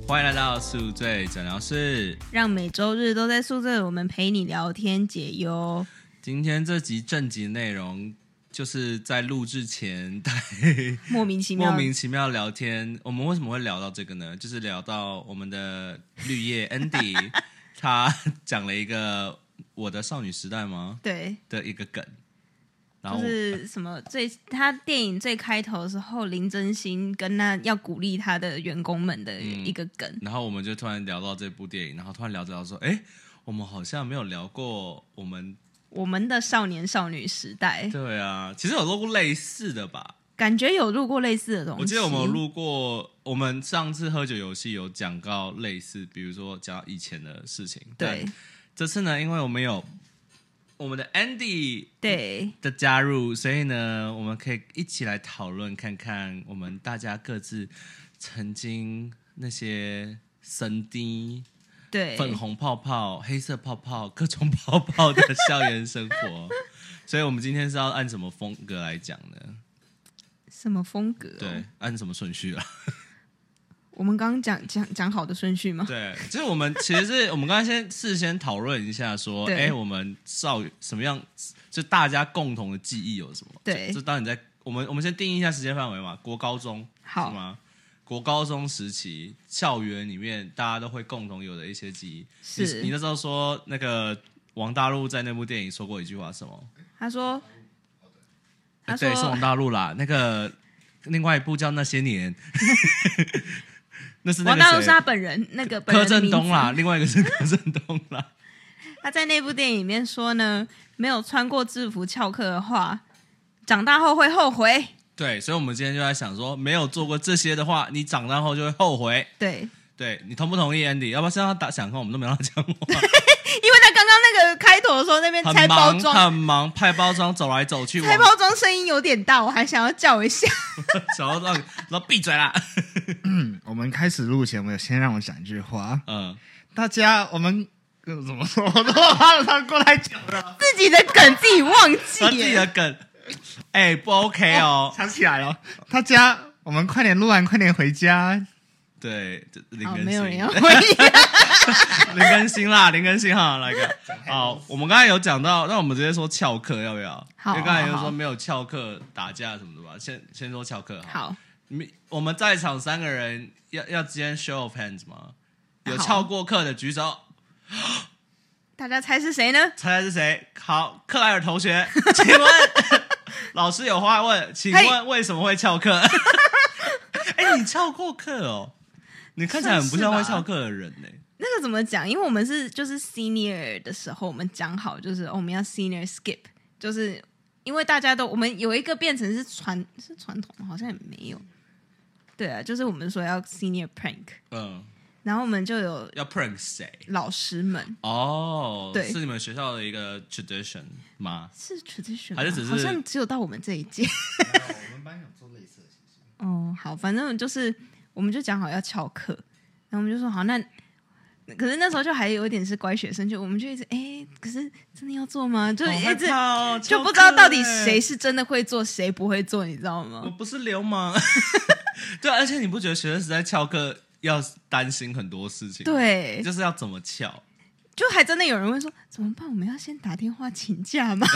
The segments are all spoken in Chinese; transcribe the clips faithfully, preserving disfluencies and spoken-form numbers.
欢迎来到宿醉诊疗室， 让每周日都在宿醉我们陪你聊天解忧。 今天这集正集内容就是在录制前莫名其妙莫名其妙聊天。我们为什么会聊到这个呢？就是聊到我们的绿叶 Andy 他讲了一个我的少女时代吗？ 对的一个梗，然后就是什么最他电影最开头的时候，林真心跟那要鼓励他的员工们的一个梗、嗯、 然后我们就突然聊到这部电影，然后突然聊着聊说，哎，我们好像没有聊过我们我们的少年少女时代。 对啊，其实有录过类似的吧， 感觉有录过类似的东西。 我记得我们有录过，我们上次喝酒游戏有讲到类似，比如说讲以前的事情。 对， 这次呢，因为我们有我们的 Andy 对的加入，所以呢，我们可以一起来讨论看看我们大家各自曾经那些神滴、 对粉红泡泡、黑色泡泡、各种泡泡的校园生活。所以我们今天是要按什么风格来讲呢？ 什么风格、哦？ 对，按什么顺序啊？ 我们刚刚讲讲讲好的顺序吗？ 对，就是我们其实是我们刚才先事先讨论一下说，哎，我们少什么样，就大家共同的记忆有什么？ 对， 就, 就当你在我们我们先定义一下时间范围嘛，国高中好是吗？国高中时期校园里面大家都会共同有的一些记忆。 是你, 你那时候说那个王大陆在那部电影说过一句话什么？ 他说， 他说对，是王大陆啦。那个另外一部叫《那些年》。那是那个王大陆是他本人，那个本人柯震东啦，另外一个是柯震东啦。 他在那部电影里面说呢，没有穿过制服翘课的话，长大后会后悔。 对，所以我们今天就在想说，没有做过这些的话，你长大后就会后悔。 对， 对你同不同意 Andy？ 要不要先让他打想看，我们都没让他讲话。 因为他刚刚那个开头的时候，那边拆包装很忙，拍包装走来走去， 拆包装声音有点大，我还想要叫一下， 想要让让闭嘴啦。 嗯，我们开始录前，我们先让我讲一句话。 嗯， 大家，我们怎么说？我都怕了他过来讲了， 自己的梗自己忘记， 他自己的梗，哎、欸，不 OK 哦， 哦想起来了。大家，我们快点录完，快点回家。 对，零更新， 哦、没有人要回家。 零更新啦，零更新哈，来个好。我们刚才有讲到，那我们直接说翘课要不要？ 好， 因为刚才有说没有翘课打架什么的吧？先先说翘课好。 好， 我们在场三个人要要直接 show of hands 吗？有翘过课的举手。 大家猜是谁呢？ 猜猜是谁？好，克莱尔同学，请问老师有话问，请问为什么会翘课？哎、欸，你翘过课哦？你看起来很不像会翘课的人呢、欸。 那个怎么讲？因为我们是就是 senior 的时候，我们讲好就是、哦、我们要 senior skip， 就是因为大家都我们有一个变成是传是传统，好像也没有。对啊，就是我们说要 senior prank， 嗯，然后我们就有要 prank 谁？ 老师们哦， 对， 是你们学校的一个 tradition 吗？ 是 tradition 还是只是好像只有到我们这一届？ 我们班有做类似的事情。 哦，好，反正就是我们就讲好要翘课，然后我们就说好那。可是那时候就还有一点是乖学生，就我们就一直哎，可是真的要做吗？就一直、 哦、 就不知道到底谁是真的会做，谁不会做，你知道吗？ 我不是流氓。对，而且你不觉得学生时代翘课要担心很多事情？ 对， 就是要怎么翘？ 就还真的有人会说怎么办？我们要先打电话请假吗？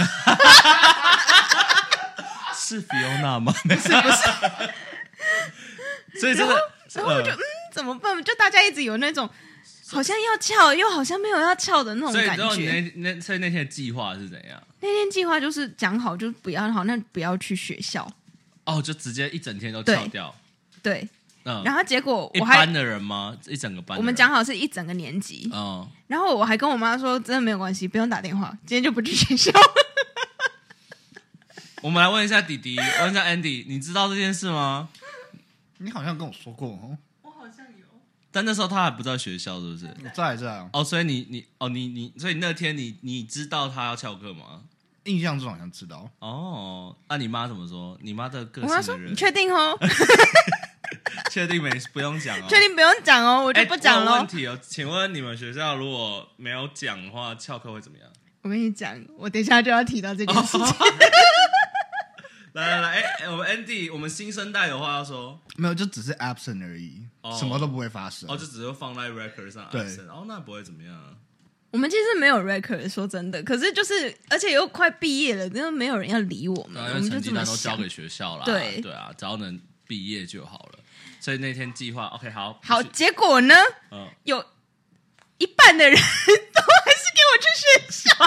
是 Fiona 吗？ 不是不是。 所以这个， 然后我就嗯怎么办？就大家一直有那种。好像要翘，又好像没有要翘的那种感觉。 所以你那那所以那天的计划是怎样？ 那天计划就是讲好，就不要好，那不要去学校。 哦，就直接一整天都翘掉。 对，对嗯。 然后结果我还一班的人吗？一整个班的人？ 我们讲好是一整个年级。嗯。然后我还跟我妈说，真的没有关系，不用打电话，今天就不去学校。 我们来问一下弟弟，问一下 Andy， 你知道这件事吗？ 你好像跟我说过哦。 但那时候他还不在学校，是不是？ 我在在啊。 哦，所以你你哦你你，所以那天你你知道他要翘课吗？ 印象中好像知道。 哦，那、啊、你妈怎么说？你妈的个性的人。 我妈说：“你确定哦？ 确定没不用讲哦？ 确定不用讲哦？我就不讲了。 欸”问题哦，请问你们学校如果没有讲的话，翘课会怎么样？ 我跟你讲，我等一下就要提到这件事情。哦来来来，哎、欸欸，我们 Andy， 我们新生代有话要说， 没有，就只是 absent 而已，哦、什么都不会发生。 哦，就只是放在 record 上 absent， 哦，那不会怎么样啊。 我们其实没有 record， 说真的，可是就是而且又快毕业了，因为没有人要理我们， 啊、 我们就这么想。 都交给学校啦， 对对啊，只要能毕业就好了。所以那天计划 OK 好， 好，结果呢， 嗯， 有一半的人都还是给我去学校。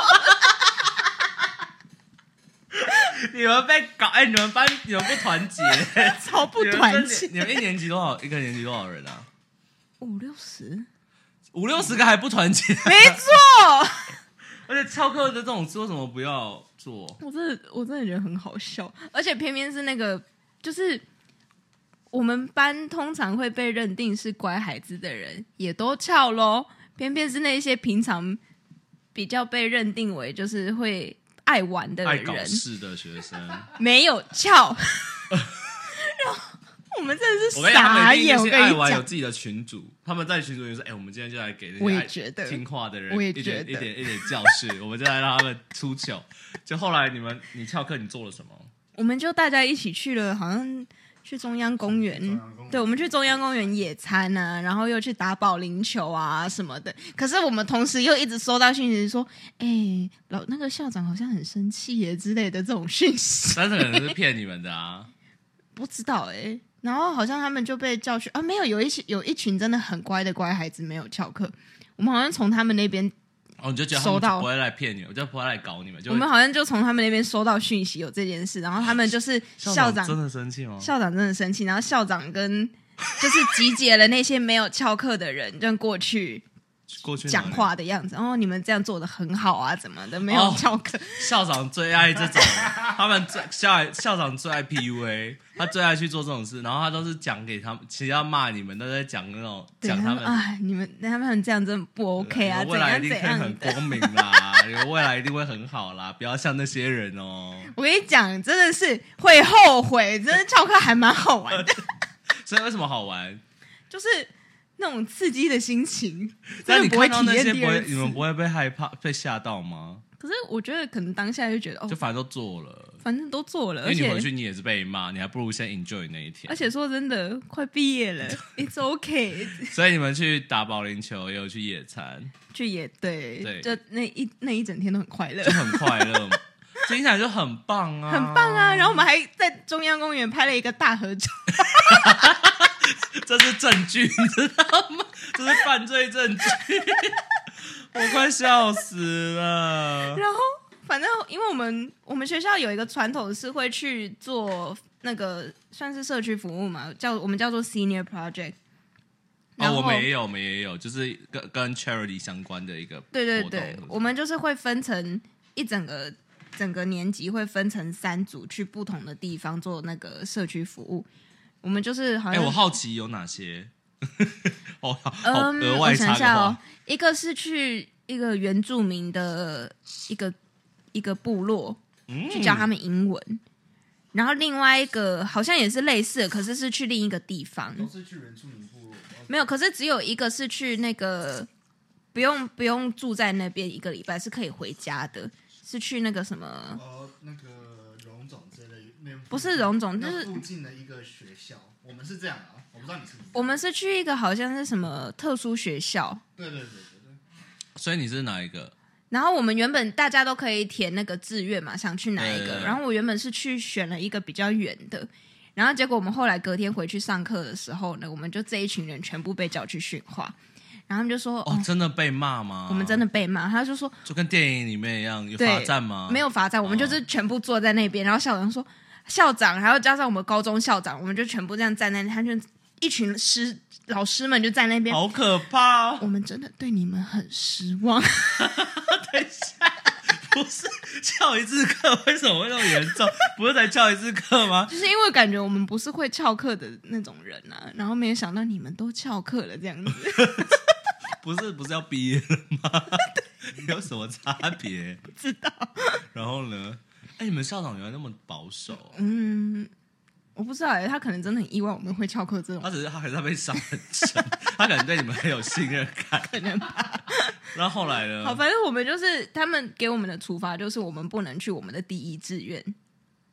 你们被搞哎、欸！你们班你们不团结， 超不团结。 你们一年级多少？一个年级多少人啊？ 五六十， 五六十个还不团结？ 没错。 而且翘课的这种事为什么不要做？ 我真的我真的觉得很好笑，而且偏偏是那个，就是我们班通常会被认定是乖孩子的人，也都翘咯，偏偏是那些平常比较被认定为就是会。爱玩的人， 爱搞事的学生没有翘，然后我们真的是傻眼。我跟你讲， 爱玩有自己的群组，他们在群组里说：“哎、欸，我们今天就来给那些听话的人我也一点一点一点教室，我们就来让他们出糗。”就后来你们你翘课，你做了什么？ 我们就大家一起去了，好像去中央公园，对，我们去中央公园野餐啊，然后又去打保龄球啊什么的。可是我们同时又一直收到讯息说，哎、欸，老那个校长好像很生气耶之类的这种讯息。 但是可能是骗你们的啊， 不知道哎、欸。然后好像他们就被叫去啊，没有，有一群有一群真的很乖的乖孩子没有翘课，我们好像从他们那边。 哦，你就觉得他们就不会来骗你们，就不会来搞你们。就我们好像就从他们那边收到讯息有这件事，然后他们就是校长, 校长真的生气吗？ 校长真的生气，然后校长跟就是集结了那些没有翘课的人，就过去过去讲话的样子。哦，你们这样做的很好啊，怎么的？没有翘课、哦， 校长最爱这种，他们最校校长最爱 P U A， 他最爱去做这种事，然后他都是讲给他们，其实要骂你们，都在讲那种讲他们， 哎，你们他们这样真的不 OK 啊， 未来一定会很光明啦，你们未来一定会很好啦，不要像那些人哦。 我跟你讲，真的是会后悔，真的翘课还蛮好玩的。 所以为什么好玩？ 就是那种刺激的心情， 但你不会看到那些体验第二次， 你们不会被害怕、被吓到吗？ 可是我觉得可能当下就觉得哦， 就反正都做了， 反正都做了， 因为你回去你也是被骂，你还不如先 enjoy 那一天。 而且说真的，快毕业了，it's okay。 所以你们去打保龄球，也有去野餐， 去野对对， 就那一那一整天都很快乐， 就很快乐嘛。听起来就很棒啊， 很棒啊！然后我们还在中央公园拍了一个大合照。 这是证据，你知道吗？这是犯罪证据，我快笑死了。 然后，反正因为我们我们学校有一个传统是会去做那个算是社区服务嘛，叫我们叫做 Senior Project。 哦，我们也有，我们也有，就是跟跟 charity 相关的一个活动。 对对对，我们就是会分成一整个整个年级会分成三组，去不同的地方做那个社区服务。我们就是好像， 哎、欸，我好奇有哪些？哦，好嗯， 额外插个话， 我想一下哦，一个是去一个原住民的一个一个部落，嗯、去教他们英文，然后另外一个好像也是类似的，可是是去另一个地方， 都是去原住民部落， 没有，可是只有一个是去那个不用不用住在那边一个礼拜，是可以回家的，是去那个什么？ 哦，那个荣总之类的， 不是荣总，就是附近的一个学校。我们是这样啊，我不知道你是不是。 我们是去一个好像是什么特殊学校。 对对对对对。 所以你是哪一个？ 然后我们原本大家都可以填那个志愿嘛，想去哪一个。 对对对， 然后我原本是去选了一个比较远的，然后结果我们后来隔天回去上课的时候呢，我们就这一群人全部被叫去训话，然后他们就说：“ 哦，真的被骂吗？” 我们真的被骂，他就说：“ 就跟电影里面一样，有罚站吗？” 没有罚站，我们就是全部坐在那边，然后校长说。校长，还有加上我们高中校长，我们就全部这样站在那，他就一群师老师们就在那边， 好可怕、哦！ 我们真的对你们很失望。 等一下，不是翘一次课为什么会那么严重？不是才翘一次课吗？ 就是因为感觉我们不是会翘课的那种人啊，然后没有想到你们都翘课了这样子。 不是不是要毕业了吗？有什么差别？ 不知道。 然后呢？哎、欸，你们校长原来那么保守、哦？ 嗯，我不知道哎，他可能真的很意外我们会翘课这种。 他只是他还是他被伤很深，他可能对你们很有信任感， 可能吧。 然后后来呢？ 好，反正我们就是他们给我们的处罚就是我们不能去我们的第一志愿。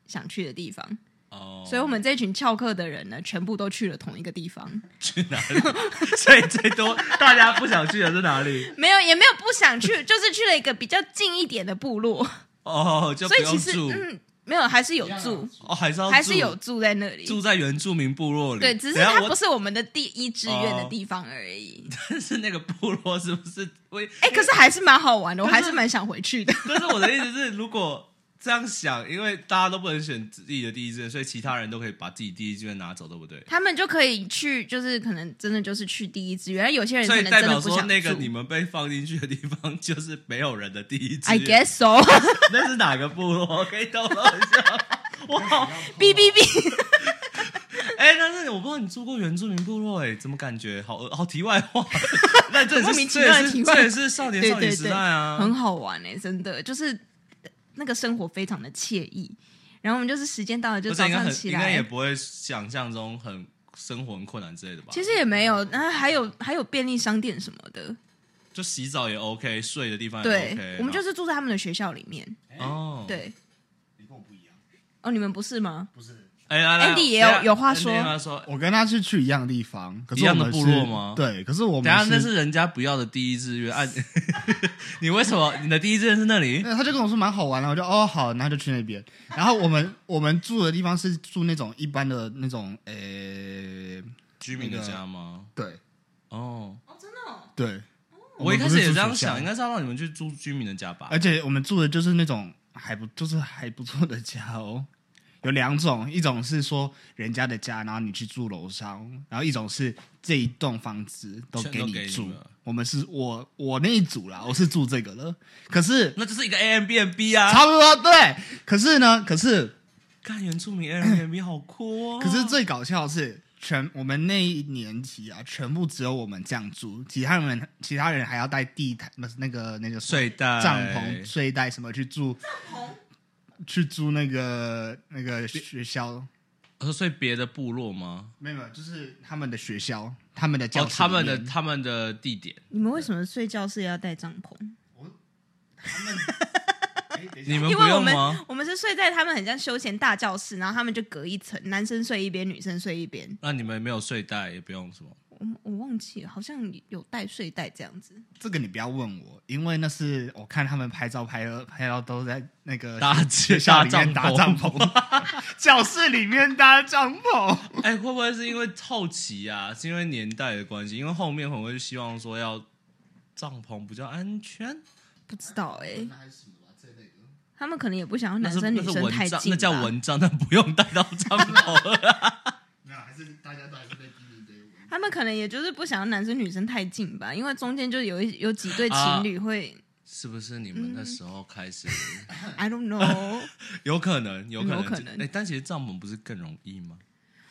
想去的地方。 哦， 所以我们这群翘课的人呢，全部都去了同一个地方。 去哪里？所以最多大家不想去的是哪里？ 没有，也没有不想去，就是去了一个比较近一点的部落。 哦，就不所以其实用住嗯，没有，还是有住， 哦，还是要住还是有住在那里， 住在原住民部落里。 对，只是等一下我它不是我们的第一志愿的地方而已。 但是那个部落是不是？我哎、可是还是蛮好玩的，我还是蛮想回去的。 但是我的意思是，如果这样想，因为大家都不能选自己的第一志愿，所以其他人都可以把自己第一志愿拿走，对不对？ 他们就可以去，就是可能真的就是去第一志愿，有些人可能所以代表真的不想说那个住你们被放进去的地方，就是没有人的第一志 I 愿。 guess so 。 那是哪个部落？可以透露一下？哇， 哔哔哔。 哎、欸，但是我不知道你住过原住民部落、欸，哎，怎么感觉好好题外话？那这也是莫名其这也是妙的题外这也是少年少女时代啊， 对对对很好玩哎、欸，真的就是那个生活非常的惬意。然后我们就是时间到了就早上起来， 应该也不会想象中很生活很困难之类的吧？ 其实也没有，然后还有还有便利商店什么的， 就洗澡也 OK， 睡的地方也 OK。 对，我们就是住在他们的学校里面。 哦， 对， 你跟我不一样。 哦，你们不是吗？ 不是。 哎、欸、来 ，Andy 也有有话说。 说我跟他是去一样的地方，可是一样的部落吗？ 对，可是我们等一下那是人家不要的第一志愿，按你为什么你的第一志愿是那里？ 他就跟我说蛮好玩的，我就哦好，然后就去那边。然后我们我们住的地方是住那种一般的那种呃、欸、 居民的家吗？ 对， 哦哦，真的哦。 对， 我一开始也这样想，应该是要让你们去住居民的家吧。 而且我们住的就是那种还不就是还不错的家哦。有两种，一种是说人家的家，然后你去住楼上，然后一种是这一栋房子都给你住。 你我们是我我那一组啦，我是住这个的。可是那就是一个 Airbnb 啊， 差不多对。可是呢，可是看原住民 Airbnb 好酷哦。 可是最搞笑的是，全我们那一年级啊，全部只有我们这样住，其他人其他人还要带地毯，那个那个睡袋、 帐篷、睡袋什么去住。去住那个那个学校， 所以别的部落吗？ 没有，就是他们的学校，他们的教室、 哦，他们的他们的地点。 你们为什么睡觉室要带帐篷？ 我他们你们因为我们我们是睡在他们很像休闲大教室，然后他们就隔一层，男生睡一边，女生睡一边。 那你们没有睡袋，也不用什么？ 我我忘记了，好像有带睡袋这样子。 这个你不要问我，因为那是我看他们拍照拍到拍到都在那个搭学校里面搭帐篷，教室里面搭帐篷。 哎、欸，会不会是因为好奇啊？是因为年代的关系？因为后面会不会希望说要帐篷比较安全？ 不知道哎、欸。他们可能也不想要男生女生太近， 那叫蚊帐，那不用带到帐篷了。 没有，还是大家都还是被逼着。 他们可能也就是不想要男生女生太近吧，因为中间就有一有几对情侣会、 啊。是不是你们那时候开始、 嗯、？I don't know， 有可能，有可能， 有可能。 哎、欸，但其实帐篷不是更容易吗？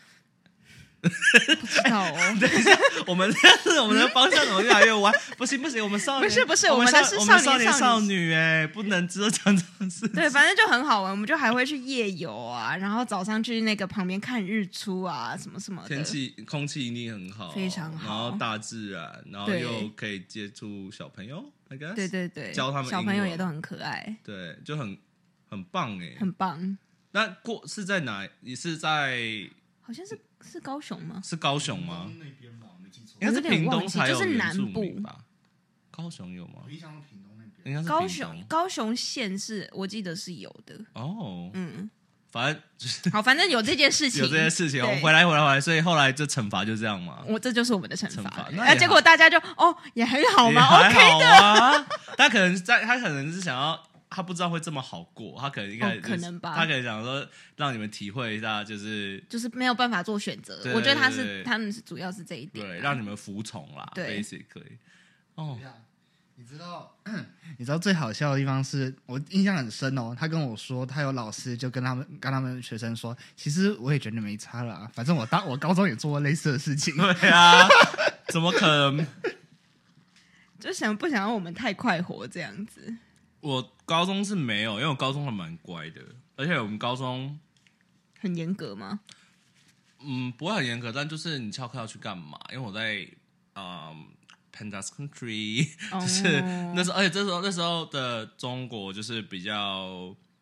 不知道哦。 等一下，我们我们的方向怎么越来越歪？不行不行，我们少年不是不是， 我们的是我们少年少女哎，不能只有讲这种事。 对，反正就很好玩，我们就还会去夜游啊，然后早上去那个旁边看日出啊，什么什么的。 天气空气一定很好， 非常好， 然后大自然，然后又可以接触小朋友 ，I guess。 对对对， 教他们小朋友也都很可爱， 对，就很很棒哎， 很棒。 那过是在哪？你是在？ 好像是是高雄吗？ 是高雄吗？ 那边吧，我没记错。 应该是屏东才有原住民吧？高雄有吗？ 我印象中屏东那边。 应该是高雄高雄县是我记得是有的。 哦， 嗯， 反正就是好，反正有这件事情， 有这件事情，我们回来回来回来，所以后来这惩罚就这样嘛。 我这就是我们的惩罚。 那结果大家就哦也很好吗 ？OK 的啊。他可能在，他可能是想要。他不知道会这么好过，他可能应该、就是哦、可能吧， 他可能想说让你们体会一下，就是就是没有办法做选择。我觉得他是他们是主要是这一点， 对，让你们服从啦。 对 ，basically。哦， 你知道，你知道最好笑的地方是我印象很深哦。他跟我说，他有老师就跟他们跟他们学生说，其实我也觉得没差啦，反正我大我高中也做过类似的事情。 对啊，怎么可能？ 就想不想要我们太快活这样子。 我高中是没有，因为我高中还蛮乖的，而且我们高中很严格吗？ 嗯，不会很严格，但就是你翘课要去干嘛？因为我在嗯 Pandas Country，、oh. 就是那时候，而且这时候那时候的中国就是比较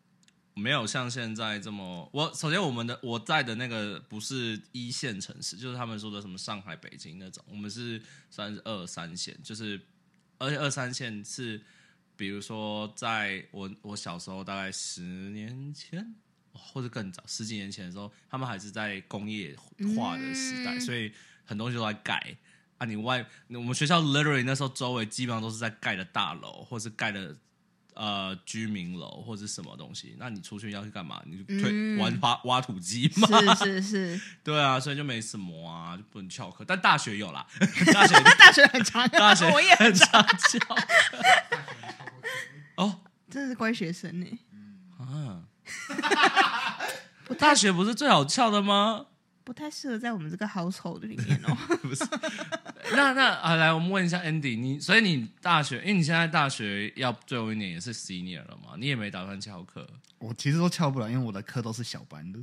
没有像现在这么，我首先我们的我在的那个不是一线城市，就是他们说的什么上海、北京那种，我们是算是二三线，就是而且二三线是，比如说在我我小时候大概十年前，或者更早十几年前的时候，他们还是在工业化的时代，嗯、所以很多东西都在盖啊。你外我们学校 literally 那时候周围基本上都是在盖的大楼，或是盖的。呃，居民楼或者什么东西，那你出去要去干嘛？你就推、嗯、玩挖挖土机嘛？ 是是是， 对啊，所以就没什么啊，就不能翘课。但大学有啦，大学大学很长， 大学我也很常翘。哦， 真的是乖学生呢、欸。 啊，大学不是最好翘的吗？ 不太适合在我们这个 household 里面哦。 不是，那那啊，来，我们问一下 Andy， 你所以你大学，因为你现在大学要最后一年也是 senior 了嘛，你也没打算翘课？ 我其实都翘不了，因为我的课都是小班的。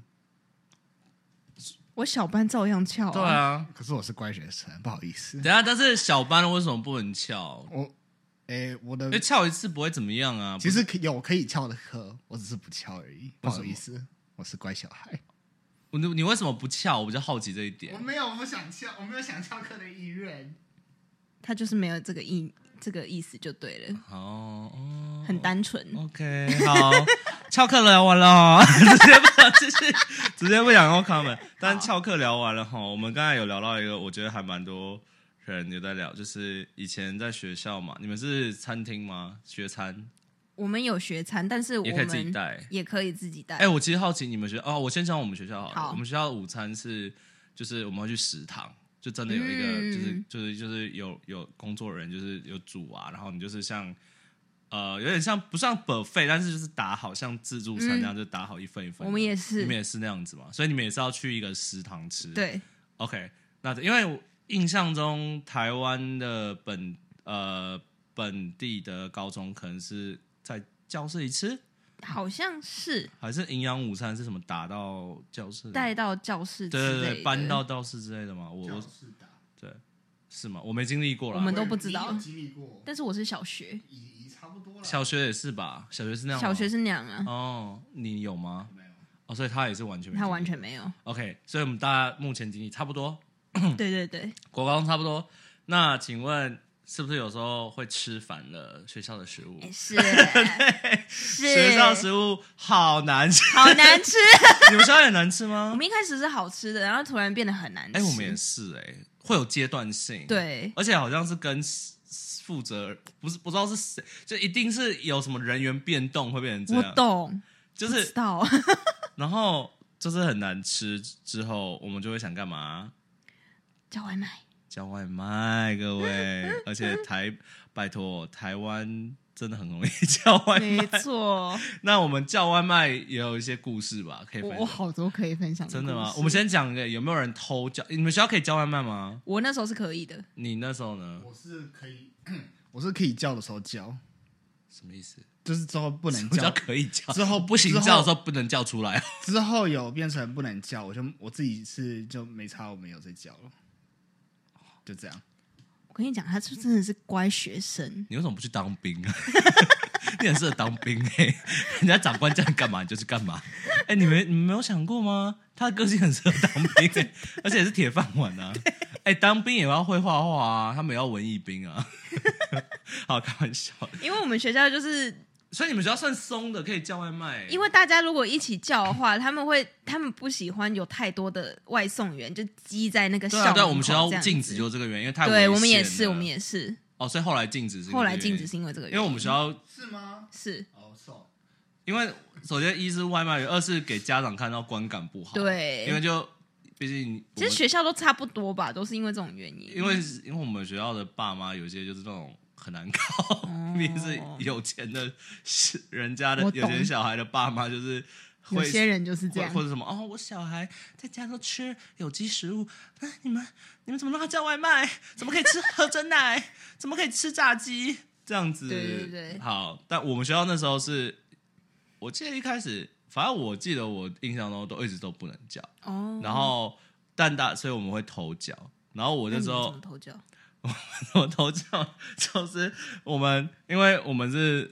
我小班照样翘、啊， 对啊， 可是我是乖学生，不好意思。 等一下，但是小班为什么不能翘？ 我，诶，我的， 因为翘一次不会怎么样啊。 其实有可以翘的课，我只是不翘而已。不好意思，我是乖小孩。 你你为什么不翘？我比较好奇这一点。 我没有，我想翘，我没有想翘课的意愿。 他就是没有这个意这个意思就对了。 哦，哦很单纯。 OK， 好，翘课聊完了，直接不想继续，直接不想要 comment。但翘课聊完了哈，我们刚才有聊到一个，我觉得还蛮多人有在聊，就是以前在学校嘛，你们是餐厅吗？学餐？ 我们有学餐，但是我们也可以自己带， 也可以自己带。 哎、欸，我其实好奇你们学哦，我先讲我们学校好了。 好， 我们学校的午餐是，就是我们会去食堂，就真的有一个，嗯、就是就是就是有有工作人员，就是有煮啊，然后你就是像呃有点像不像 buffet， 但是就是打好像自助餐那样，嗯、就打好一份一份。 我们也是， 你们也是那样子嘛？所以你们也是要去一个食堂吃。 对 ，OK， 那因为我印象中台湾的本呃本地的高中可能是。在教室里吃， 好像是还是营养午餐是什么打到教室带到教室之类的， 对对对，搬到教室之类的吗？我教室打对是吗？我没经历过啦， 我们都不知道。 经历过， 但是我是小学， 也差不多了。 小学也是吧？小学是那样吗， 小学是那样啊。 哦，你有吗？ 没有。 哦，所以他也是完全没有， 他完全没有。 OK， 所以我们大家目前经历差不多。 对对对， 国高中差不多。那请问？是不是有时候会吃烦了学校的食物？ 是， 对， 是学校食物好难吃， 好难吃。 你们学校也难吃吗？ 我们一开始是好吃的，然后突然变得很难吃。 哎、欸，我们也是哎、欸，会有阶段性。 对， 而且好像是跟负责不是不知道是谁，就一定是有什么人员变动会变成这样。 我懂， 就是知道。 然后就是很难吃，之后我们就会想干嘛？ 叫外卖。 叫外卖，各位，而且台拜托台湾真的很容易叫外卖， 没错。 那我们叫外卖也有一些故事吧，可以分享。 我, 我好多可以分享的。 真的吗？我们先讲一个，有没有人偷叫？你们学校可以叫外卖吗？ 我那时候是可以的。 你那时候呢？ 我是可以，我是可以叫的时候叫。 什么意思？ 就是之后不能叫， 可以叫， 之后不行叫的时候不能叫出来。 之后有变成不能叫，我就我自己是就没差，我没有再叫了。就这样， 我跟你讲，他是真的是乖学生。 你为什么不去当兵啊？你很适合当兵哎、欸，人家长官叫你干嘛你就去干嘛。哎、欸，你们你们没有想过吗？他的个性很适合当兵、欸，而且也是铁饭碗啊。哎、欸，当兵也要会画画啊，他们也要文艺兵啊。好，开玩笑。 因为我们学校就是。 所以你们学校算松的，可以叫外卖、欸。 因为大家如果一起叫的话，他们会，他们不喜欢有太多的外送员就积在那个校门口。 对啊，对，我们学校禁止就这个原因，因为太危险了。 对，我们也是，我们也是。 哦，所以后来禁止是因为后来禁止是因为这个原因， 因为我们学校是吗？ 是哦，是哦。 因为首先一是外卖员，二是给家长看到观感不好。 对， 因为就毕竟其实学校都差不多吧，都是因为这种原因。 因为因为我们学校的爸妈有些就是那种。很难搞，毕竟是有钱的人家的有钱小孩的爸妈，就是会有些人就是这样， 或者什么哦，我小孩在家都吃有机食物，那你们你们怎么让他叫外卖？怎么可以吃喝真奶？怎么可以吃炸鸡？这样子， 对对对。 好，但我们学校那时候是，我记得一开始，反正我记得我印象中都一直都不能叫哦，然后但大，所以我们会偷叫，然后我那时候怎么偷叫？ 我偷叫就是我们，因为我们是我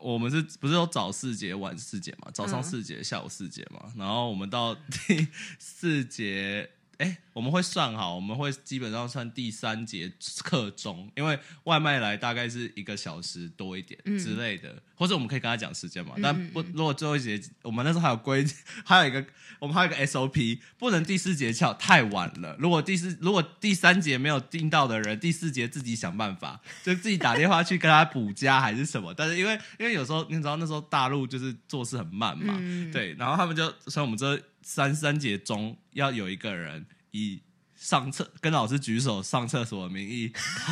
我们是不是有早四节、晚四节嘛？早上四节、嗯，下午四节嘛。然后我们到第四节。哎，我们会算好，我们会基本上算第三节课钟，因为外卖来大概是一个小时多一点之类的，嗯、或者我们可以跟他讲时间嘛。嗯、但不，如果最后一节，我们那时候还有规，还有一个，我们还有一个 S O P， 不能第四节翘太晚了。如果第四，如果第三节没有订到的人，第四节自己想办法，就自己打电话去跟他补加还是什么。但是因为因为有时候你知道那时候大陆就是做事很慢嘛，嗯、对，然后他们就所以我们这。三三节中要有一个人以上厕跟老师举手上厕所的名义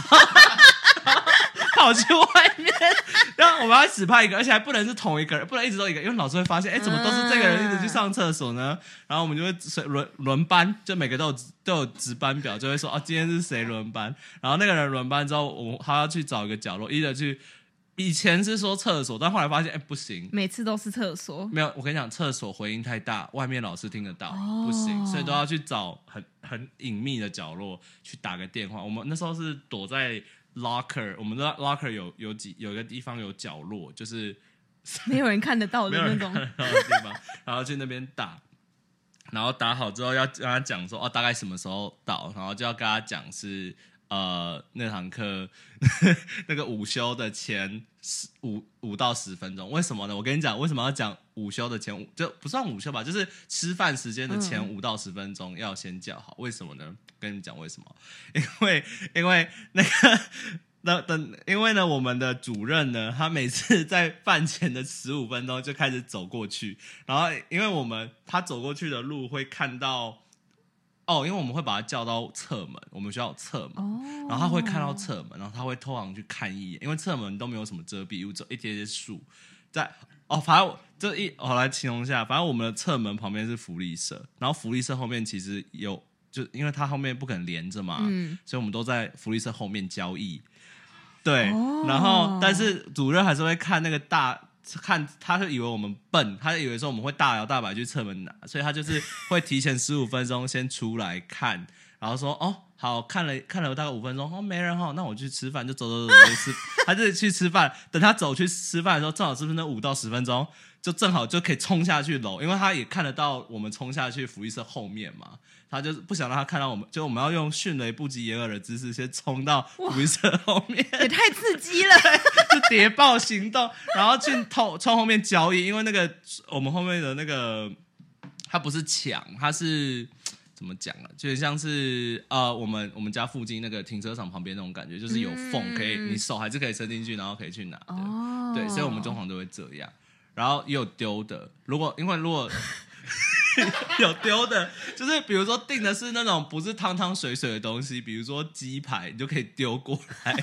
跑去外面，然后我们要指派一个，而且还不能是同一个人，不能一直都一个，因为老师会发现，哎，怎么都是这个人一直去上厕所呢？然后我们就会轮轮班，就每个都有都有值班表，就会说，哦，今天是谁轮班？然后那个人轮班之后，我他要去找一个角落，一的去。以前是说厕所，但后来发现哎不行， 每次都是厕所。 没有，我跟你讲，厕所回音太大，外面老师听得到，哦、不行，所以都要去找很很隐秘的角落去打个电话。我们那时候是躲在 locker， 我们的 locker 有有几有一个地方有角落，就是没有人看得到的那种没有人看得到的地方，然后去那边打。然后打好之后要跟他讲说哦大概什么时候到，然后就要跟他讲是。呃，那堂课那个午休的前五五到十分钟，为什么呢？我跟你讲，为什么要讲午休的前五，就不算午休吧，就是吃饭时间的前五到十分钟要先叫好。为什么呢？跟你讲为什么？因为因为那个那等，因为呢，我们的主任呢，他每次在饭前的十五分钟就开始走过去，然后因为我们他走过去的路会看到。哦，因为我们会把他叫到侧门，我们学校有侧门，哦、然后他会看到侧门，然后他会偷行去看一眼，因为侧门都没有什么遮蔽物，只有一些些树在。哦，反正这一我来形容一下，反正我们的侧门旁边是福利社，然后福利社后面其实有，就因为它后面不可能连着嘛，嗯、所以我们都在福利社后面交易。对，哦、然后但是主任还是会看那个大。看，他就以为我们笨，他就以为说我们会大摇大摆去侧门拿，所以他就是会提前十五分钟先出来看，然后说哦好看了看了大概五分钟，哦没人哈，那我去吃饭，就走走走走吃，他就去吃饭，等他走去吃饭的时候，正好是不是那五到十分钟，就正好就可以冲下去楼，因为他也看得到我们冲下去福利社后面嘛。他就是不想让他看到我们，就我们要用迅雷不及掩耳的姿势先冲到福利社后面， 也太刺激了， 是谍报行动，然后去偷从后面交易，因为那个我们后面的那个，它不是墙，它是怎么讲啊？就像是呃，我们我们家附近那个停车场旁边那种感觉，就是有缝，可以你手还是可以伸进去，然后可以去拿的。哦，对，所以我们通常都会这样，然后也有丢的，如果因为如果。有丢的，就是比如说订的是那种不是汤汤水水的东西，比如说鸡排，你就可以丢过来。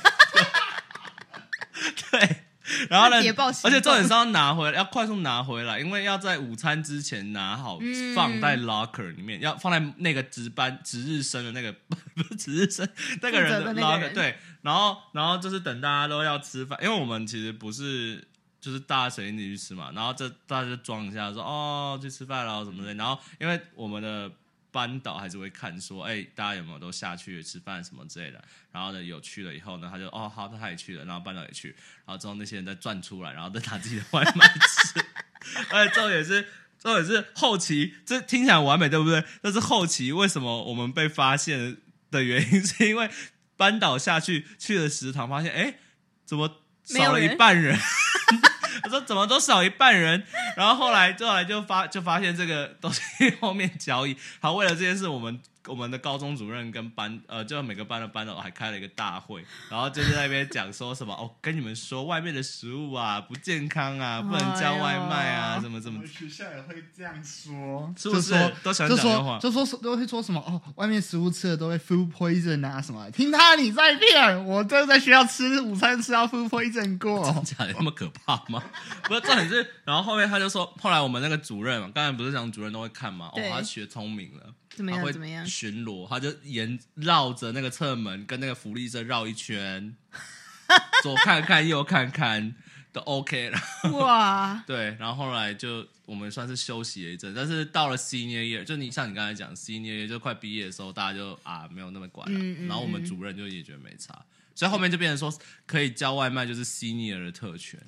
对，然后呢？而且重点是要拿回来，要快速拿回来，因为要在午餐之前拿好，嗯、放在 locker 里面，要放在那个值班值日生的那个不是值日生那个人的 locker。对，然后然后就是等大家都要吃饭，因为我们其实不是。就是大家随便一起去吃嘛，然后这大家就装一下说哦去吃饭了什么的，然后因为我们的班导还是会看说，哎，大家有没有都下去吃饭什么之类的，然后呢有去了以后呢，他就哦好，他也去了，然后班导也去，然后之后那些人再转出来，然后再拿自己的外卖吃，而且重点是重点是后期，这听起来完美对不对？但是后期为什么我们被发现的原因，是因为班导下去去了食堂，发现哎怎么少了一半人。他说怎么都少一半人，然后后来后来就发就发现这个东西后面交易。好，为了这件事，我们我们的高中主任跟班呃，就每个班的班长还开了一个大会，然后就在那边讲说什么哦，跟你们说外面的食物啊不健康啊，不能叫外卖啊，什么什么。 我们学校也会这样说， 是不是？都想讲这话， 就说都会说什么哦，外面食物吃的都会 food poison 啊什么。听他你在骗，我真的在学校吃午餐吃到 food poison 过， 真假的那么可怕吗？不是，重点是，然后后面他就说，后来我们那个主任嘛，刚才不是讲主任都会看吗？哦，他学聪明了。 怎么样？怎么样？ 巡逻，他就沿绕着那个侧门跟那个福利社绕一圈，左看看右看看都 OK 了。哇！对，然后后来就我们算是休息了一阵，但是到了 senior year， 就你像你刚才讲 senior year 就快毕业的时候，大家就啊没有那么管了，嗯嗯嗯，然后我们主任就也觉得没差，所以后面就变成说可以叫外卖就是 senior 的特权。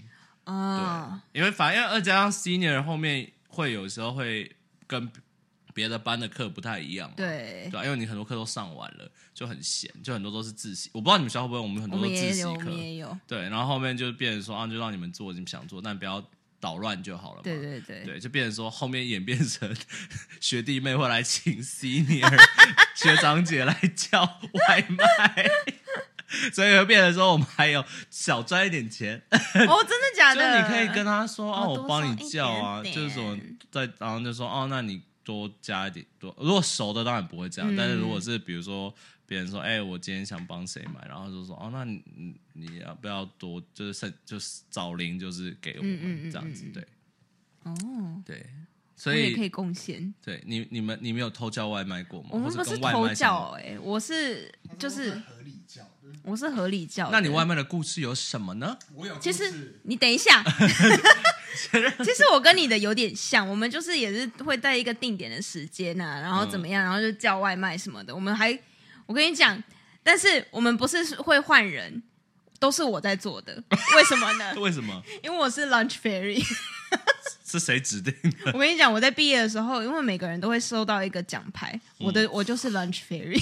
哦， 对，因为反正二加上 senior 后面会有时候会跟别的班的课不太一样嘛， 对对、啊，因为你很多课都上完了，就很闲，就很多都是自习。我不知道你们学校会不会，我们很我们多都自习也有，我课， 们也有， 对，然后后面就变成说啊，就让你们做你们想做，但不要捣乱就好了嘛。 对对对， 对，就变成说后面演变成学弟妹会来请 senior 学长姐来叫外卖。所以会变成说，我们还有少赚一点钱。 哦，真的假的？ 就是你可以跟他说，哦， 哦我帮你叫啊， 多送一点点就是什么，在然后就说，哦，那你多加一点多。如果熟的当然不会这样， 嗯、 但是如果是比如说别人说，哎、欸，我今天想帮谁买，然后就说，哦，那你你要不要多，就是剩就是找零，就是给我们、 嗯嗯嗯、 这样子，对。 哦， 对。所以我也可以贡献。 对你，你们你们有偷叫外卖过吗？ 我们不是偷叫、欸，哎，我是就是合理叫的， 我是合理叫的。 那你外卖的故事有什么呢？ 我有故事。 其实你等一下，其实我跟你的有点像，我们就是也是会在一个定点的时间啊，然后怎么样，然后就叫外卖什么的。我们还，我跟你讲，但是我们不是会换人，都是我在做的。为什么呢？ 为什么？ 因为我是 lunch fairy。 是谁指定的？ 我跟你讲，我在毕业的时候，因为每个人都会收到一个奖牌，我的、嗯、我就是 lunch fairy。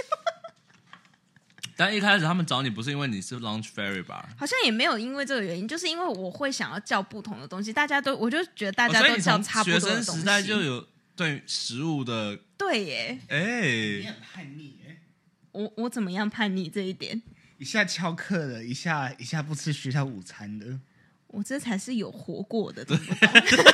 但一开始他们找你不是因为你是 lunch fairy 吧？ 好像也没有因为这个原因，就是因为我会想要叫不同的东西，大家都我就觉得大家都叫差不多的东西。 学生时代就有对食物的对耶， 哎、欸， 你很叛逆哎， 我我怎么样叛逆这一点？ 一下翘课的，一下一下不吃学校午餐的。 我这才是有活过的，对不对？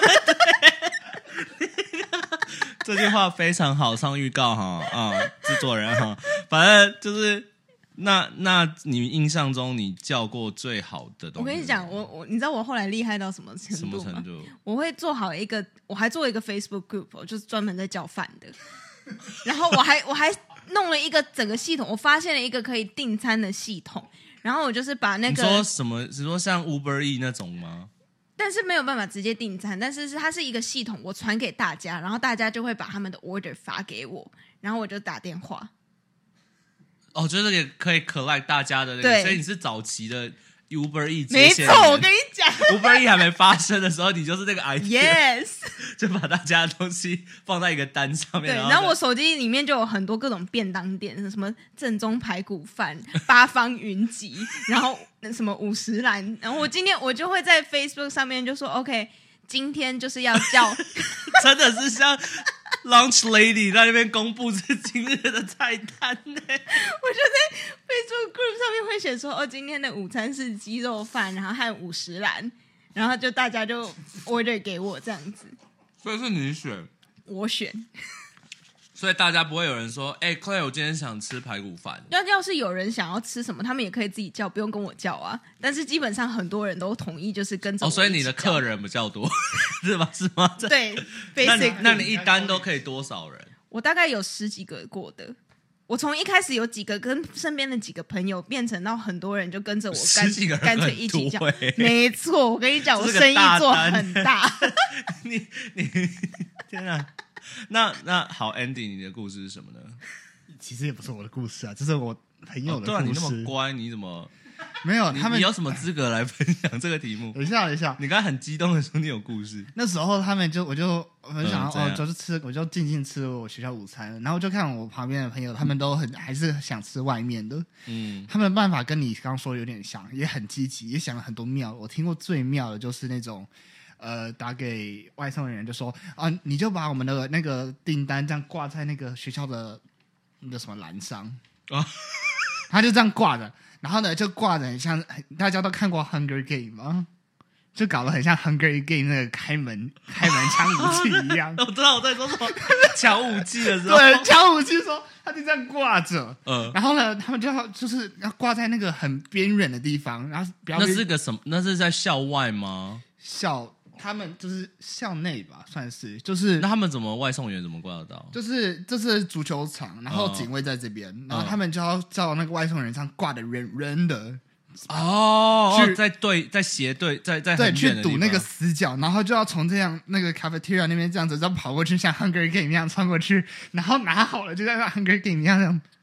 这句话非常好，上预告哈啊，制作人哈，反正就是那那你印象中你叫过最好的东西？ 我跟你讲，我我你知道我后来厉害到什么程度吗？ 什么程度？ 我会做好一个，我还做一个 Facebook group， 就是专门在叫饭的，然后我还我还弄了一个整个系统，我发现了一个可以订餐的系统。然后我就是把那个你说什么？是说像 Uber E 那种吗？ 但是没有办法直接订餐，但是是它是一个系统，我传给大家，然后大家就会把他们的 order 发给我，然后我就打电话。 哦，就是也可以 collect 大家的那个，所以你是早期的 Uber E 没错，我跟你讲 ，Uber E 还没发生的时候，你就是那个 idea， yes， 就把大家的东西放在一个单上面。 对， 然后, 然后我手机里面就有很多各种便当店，什么正宗排骨饭、八方云集，然后什么五十兰，然后我今天我就会在 Facebook 上面就说 OK， 今天就是要叫， 真的是像 Lunch Lady 在那边公布是今日的菜单呢。 我就在 Facebook Group 上面会写说，哦，今天的午餐是鸡肉饭，然后和五十兰，然后就大家就 order 给我这样子。 所以是你选， 我选。 所以大家不会有人说，哎、欸、，Claire， 我今天想吃排骨饭。 要要是有人想要吃什么，他们也可以自己叫，不用跟我叫啊。但是基本上很多人都统一就是跟着我一起叫。 哦，所以你的客人比较多，是吗？是吗？ 对， 那你那你一单都可以多少人？ 我大概有十几个过的。我从一开始有几个跟身边的几个朋友，变成到很多人就跟着我干，干脆一起叫。没错，我跟你讲，我生意做很大。 你你天啊！那那好 ，Andy， 你的故事是什么呢？ 其实也不是我的故事啊，这是我朋友的故事。 哦、对啊，你那么乖，你怎么没有？他们你有什么资格来分享这个题目？ 等一下，等一下， 你刚才很激动的说你有故事。 那时候他们就我就我就想、 嗯、 哦，就是吃，我就静静吃我学校午餐，然后就看我旁边的朋友，他们都很还是想吃外面的。嗯，他们的办法跟你刚刚说的有点像，也很积极，也想了很多妙。我听过最妙的就是那种。呃，打给外送人就说啊，你就把我们的那个订单这样挂在那个学校的那个什么栏上啊，他就这样挂着，然后呢就挂着很像，大家都看过《Hunger Game》吗？就搞得很像《Hunger Game》那个开门开门抢武器一样。 我知道我在说什么，抢武器的时候， 对，抢武器的时候他就这样挂着， 嗯， 然后呢，他们就要就是要挂在那个很边缘的地方，然后不要那是个什么？那是在校外吗？ 校。他们就是校内吧，算是就是那他们怎么外送员怎么挂得到？ 就是这是足球场，然后警卫在这边，嗯、然后他们就要叫那个外送员上挂的人人的哦，去在对在斜对在在对去堵那个死角，然后就要从这样那个 cafeteria 那边这样子，然后跑过去像 Hunger Game 一样穿过去，然后拿好了就像 Hunger Game 一样这样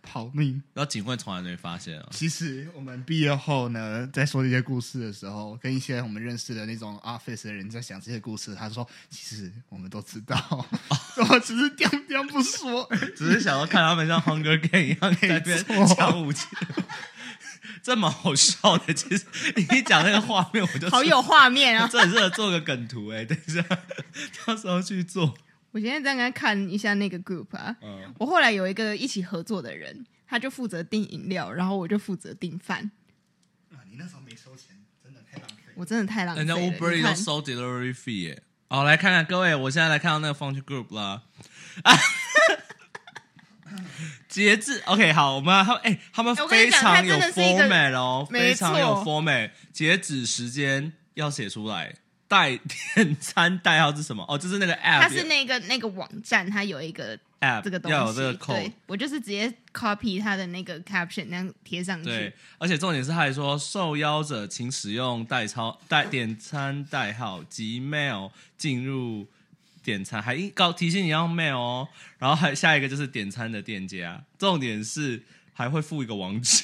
逃命。 然后警卫从来没发现啊。 其实我们毕业后呢，在说这些故事的时候，跟一些我们认识的那种 office 的人在讲这些故事，他说：“其实我们都知道，我只是这样这样不说， 只是想要看他们像 Hunger Game 一样在那边抢武器。”这蛮好笑的，其实你一讲那个画面，我就好有画面啊！ 这很适合做个梗图哎、欸，等一下到时候去做。 我现在在刚看一下那个 group 啊，嗯、我后来有一个一起合作的人，他就负责订饮料，然后我就负责订饭。 啊，你那时候没收钱，真的太浪费。 我真的太浪费了。 人家 Uber Eats 都收 delivery fee 耶、欸。好，来看看各位，我现在来看到那个 function group 啦。啊节制 OK 好，我们他们哎、欸，他们非常有 format 哦，非常有 format。截止时间要写出来，代点餐代号是什么？哦，就是那个 app， 它是那个那个网站，它有一个 app 这个东西， 要有这个 code。 我就是直接 copy 它的那个 caption 那样贴上去。 对，而且重点是他还说，受邀者请使用代抄代点餐代号及 mail 进入。点餐还告提醒你要 mail 哦，然后还下一个就是点餐的店家，重点是还会附一个网址。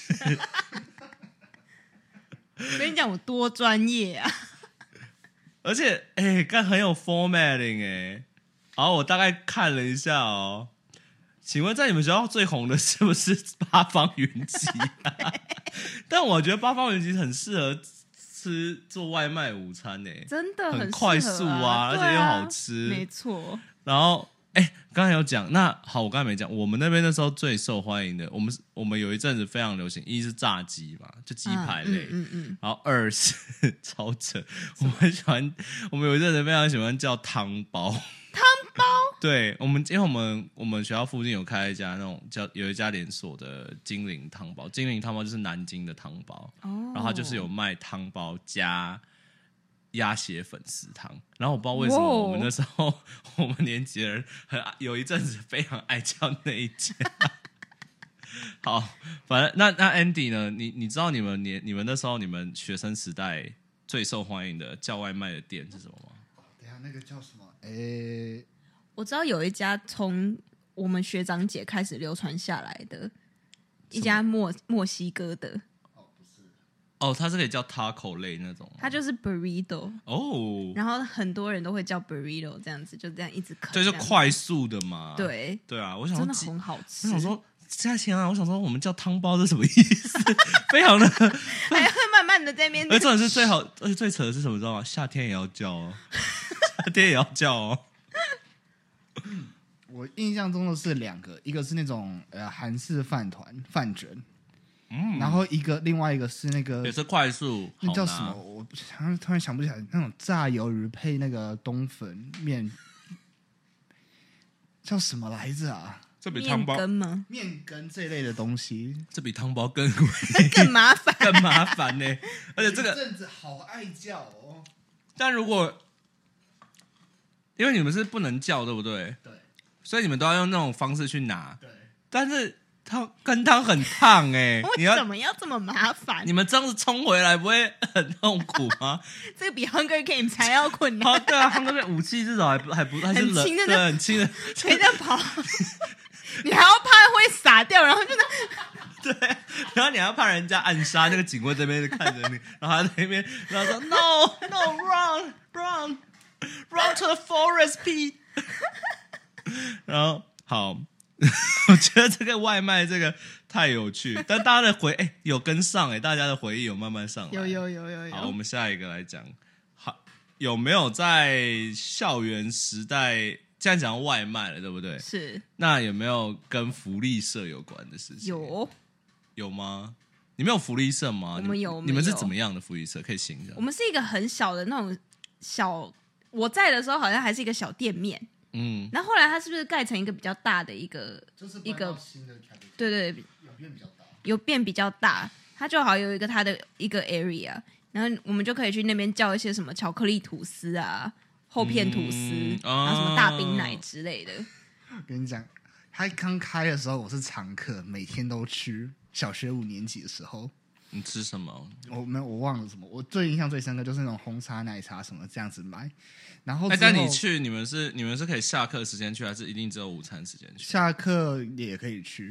我跟你讲，我多专业啊！ 而且哎，干很有 formatting 哎。然后我大概看了一下哦，请问在你们学校最红的是不是八方云集、啊？但我觉得八方云集很适合。吃做外卖午餐呢、欸， 真的 很,、啊、 很快速啊，而且又好吃， 没错。 然后，哎、欸，刚才有讲，那好，我刚才没讲，我们那边那时候最受欢迎的，我们我们有一阵子非常流行，一是炸鸡嘛，就鸡排类， 嗯嗯嗯， 然后二是超扯，我们喜欢，我们有一阵子非常喜欢叫汤包， 汤包， 对我们，因为我们我们学校附近有开一家那种叫有一家连锁的精灵汤包，精灵汤包就是南京的汤包，哦，然后它就是有卖汤包加鸭血粉丝汤，然后我不知道为什么我们那时候我们年级的人很有一阵子非常爱叫那一家。好，反正那那 Andy 呢？你你知道你们年你们那时候你们学生时代最受欢迎的叫外卖的店是什么吗？ 等一下那个叫什么？诶， 我知道有一家从我们学长姐开始流传下来的一家墨墨西哥的。 哦，它是可以叫 taco 类那种， 它就是 burrito 哦， 然后很多人都会叫 burrito 这样子，就这样一直啃， 就是快速的嘛。 对对啊，我想真的很好吃。 我想说，现在天啊，我想说我们叫汤包是什么意思？非常的， 还会慢慢的在那边。 而重点是最好，而且最扯的是什么？知道吗？夏天也要叫哦，夏天也要叫哦。 我印象中的是两个，一个是那种呃韩式饭团饭卷。嗯，然后一个另外一个是那个也是快速， 那叫什么？我想突然想不起来，那种炸鱿鱼配那个冬粉面，叫什么来着啊？ 这比汤包面羹吗？ 面羹这一类的东西， 这比汤包更更麻烦， 更麻烦呢、欸。而且这个阵子好爱叫哦。 但如果因为你们是不能叫，对不对？ 对， 所以你们都要用那种方式去拿。 对， 但是。汤羹汤很烫哎、欸， 为什么要这么麻烦？ 你们这样子冲回来不会很痛苦吗？ 这个比 Hunger Games 还要困难。 哦，对啊 ，Hunger Games 武器至少还不还不还是很轻的， 对，很轻的， 可以这样跑。你还要怕会洒掉，然后就那对，然后你还要怕人家暗杀，那个警卫这边看着你，然后他在那边，然后说 No No Run Run Run to the forest Pete 然后好。我觉得这个外卖这个太有趣，但大家的回哎、欸、有跟上哎、欸，大家的回忆有慢慢上来， 有有有有有。 好，我们下一个来讲，好有没有在校园时代？这样讲外卖了，对不对？ 是。 那有没有跟福利社有关的事情？ 有。 有吗？你们有福利社吗？ 我们有。 你们是怎么样的福利社？可以形容。 我们是一个很小的那种小，我在的时候好像还是一个小店面。嗯，然后后来它是不是盖成一个比较大的一个， 就是一个新的， 对对， 有变比较大， 有变比较大，它就好有一个它的一个 area， 然后我们就可以去那边叫一些什么巧克力吐司啊、厚片吐司，嗯、然后什么大冰奶之类的。 我跟你讲，它刚开的时候我是常客，每天都去。小学五年级的时候， 你吃什么？ 我没有，我忘了什么。我最印象最深刻就是那种红茶、奶茶什么这样子买。然后， 但你去，你们是你们是可以下课时间去，还是一定只有午餐时间去？ 下课也可以去。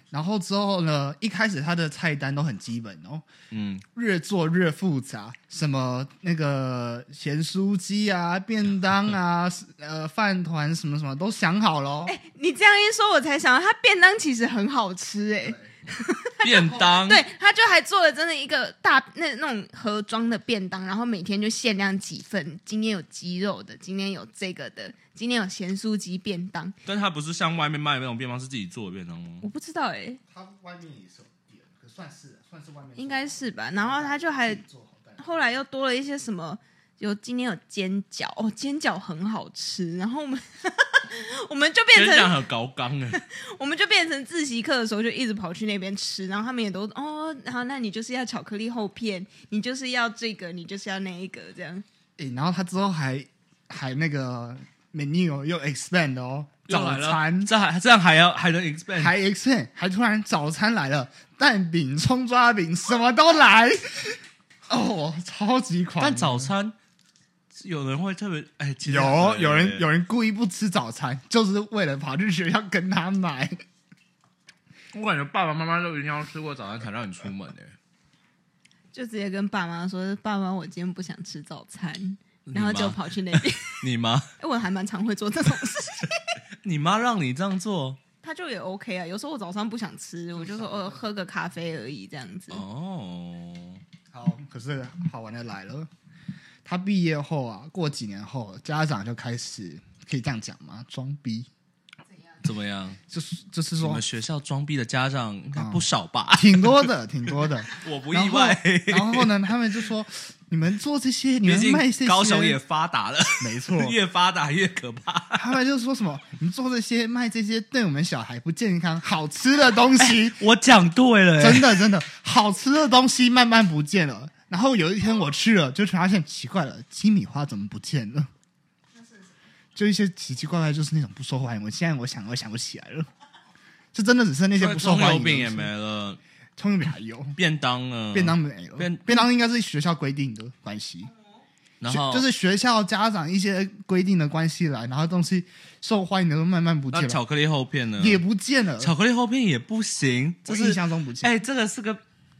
然后之后呢，一开始它的菜单都很基本哦， 嗯， 越做越复杂，什么那个咸酥鸡啊、便当啊、呃饭团什么什么都想好了哦。 哎，你这样一说，我才想到，它便当其实很好吃哎。 便当对，他就还做了真的一个大那那种盒装的便当，然后每天就限量几份，今天有鸡肉的，今天有这个的，今天有咸酥鸡便当。 但它不是像外面卖的那种便当，是自己做的便当吗？ 我不知道哎、欸， 它外面也是有店，可算是算是外面应该是吧。然后他就还后来又多了一些什么，有今天有煎饺哦，煎饺很好吃。然后我们我们就变成煎饺很高纲哎， 我们就变成自习课的时候就一直跑去那边吃，然后他们也都哦，然后那你就是要巧克力厚片，你就是要这个，你就是要那一个这样。 欸，然后他之后还还那个 menu 又 expand 哦，早餐这还这样还要还能 expand， 还 expand， 还突然早餐来了，蛋饼、葱抓饼什么都来，哦，超级狂！ 但早餐有人会特别哎，其实有有人有人故意不吃早餐，就是为了跑去学校跟他买。 我感觉爸爸妈妈都一定要吃过早餐才让你出门哎， 就直接跟爸妈说：“爸妈，我今天不想吃早餐。”然后就跑去那边。 你妈？ 哎，我还蛮常会做这种事情。 你妈让你这样做？ 他就也 OK 啊。有时候我早上不想吃，我就说哦，喝个咖啡而已这样子。 哦， 好，可是好玩的来了。他毕业后啊，过几年后，家长就开始可以这样讲吗？装逼。 怎么样？ 就是就是说， 你们学校装逼的家长应该不少吧？ 嗯、挺多的，挺多的。 我不意外。 然后, 然后呢，他们就说：“你们做这些，你们卖这些， 高雄也发达了， 没错， 越发达越可怕。” 他们就说什么：“你们做这些，卖这些，对我们小孩不健康、好吃的东西。欸” 我讲对了、 欸，真的真的，好吃的东西慢慢不见了。然后有一天我去了，就发现奇怪了，鸡米花怎么不见了？就一些奇奇怪怪，就是那种不受欢迎。我现在我想我想不起来了，就真的只剩那些不受欢迎的。葱油饼也没了， 葱油饼还有， 便当呢？ 便当没了，便便当应该是学校规定的关系。 然后就是学校家长一些规定的关系来，然后东西受欢迎的都慢慢不见了。 那巧克力厚片呢？ 也不见了。 巧克力厚片也不行， 这是印象中不见。 哎、欸，这个是个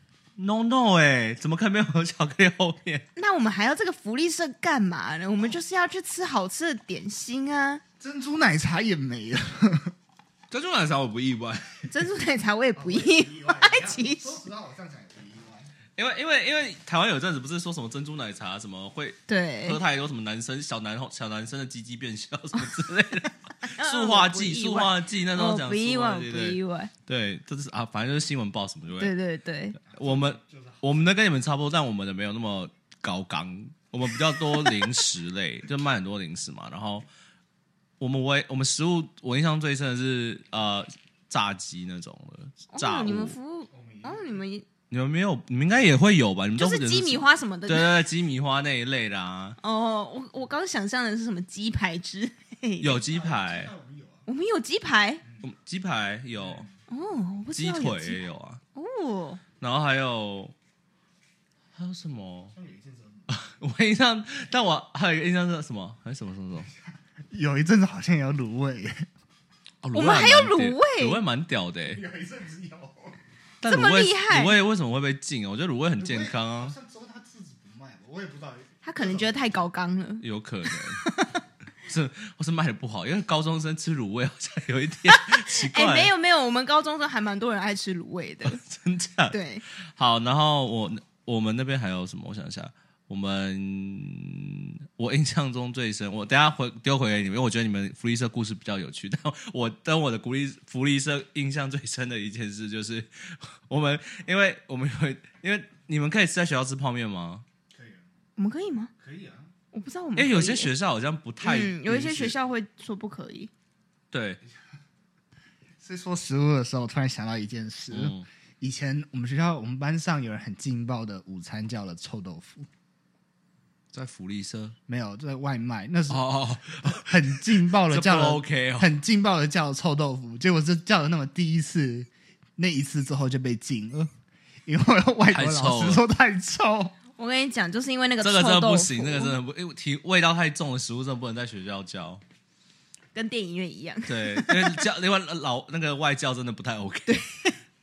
no no 哎、欸，怎么可能没有巧克力厚片？ 那我们还要这个福利社干嘛呢？我们就是要去吃好吃的点心啊！ 珍珠奶茶也没了。 珍珠奶茶我不意外， 珍珠奶茶我也不意外。其实， 说实话，我这样讲也不意外。 因为因为因为台湾有阵子不是说什么珍珠奶茶什么会对喝太多什么男生小男小男生的鸡鸡变小什么之类的，塑化剂塑化剂那种讲， 不意外，不意外。 对，这是啊，反正就是新闻报什么就会。 对对对， 我们我们的跟你们差不多，但我们的没有那么高纲，我们比较多零食类，就卖很多零食嘛。然后我们我我们食物我印象最深的是呃炸鸡那种的炸物。 哦，你们服务哦，你们你们没有，你们应该也会有吧？你们都就是鸡米花什么的， 对对对，鸡米花那一类的啊。 哦，我我刚想象的是什么鸡排之类的。 有鸡排， 我们有鸡排， 鸡排有哦， 鸡腿也有啊。 哦， 然后还有还有什么？我印象，但我还有一个印象是什么？还是什么什么什么？ 有一阵子好像有卤味， 哦、 我们还有卤味， 卤味蛮屌的。 有一阵子有， 但这么厉害， 卤味为什么会被禁？我觉得卤味很健康啊。 像说他自己不卖，我也不知道。 他可能觉得太高纲了， 有可能。是，我是卖的不好，因为高中生吃卤味好像有一点奇怪。 哎、欸，没有没有，我们高中生还蛮多人爱吃卤味的， 真假？ 对。 好，然后我我们那边还有什么？我想一下，我们我印象中最深，我等一下回丢回给你们，因为我觉得你们福利社故事比较有趣。但我跟我的福利福利社印象最深的一件事就是，我们因为我们有，因为你们可以在学校吃泡面吗？ 可以啊。 我们可以吗？ 可以啊。 我不知道我们， 因为有些学校好像不太、 嗯，有一些学校会说不可以。 对， 是说食物的时候，我突然想到一件事。嗯、以前我们学校，我们班上有人很劲爆的午餐叫了臭豆腐， 在福利社没有在外卖，那是哦很劲爆的叫了 OK 哦， 很劲爆的叫了臭豆腐，结果是叫了那么第一次，那一次之后就被禁了，因为外国老师说太臭。 我跟你讲，就是因为那个臭豆腐，这个真的不行， 那个真的不，因为提味道太重的食物真的不能在学校教， 跟电影院一样。 对，因为教另外老那个外教真的不太 OK。 对，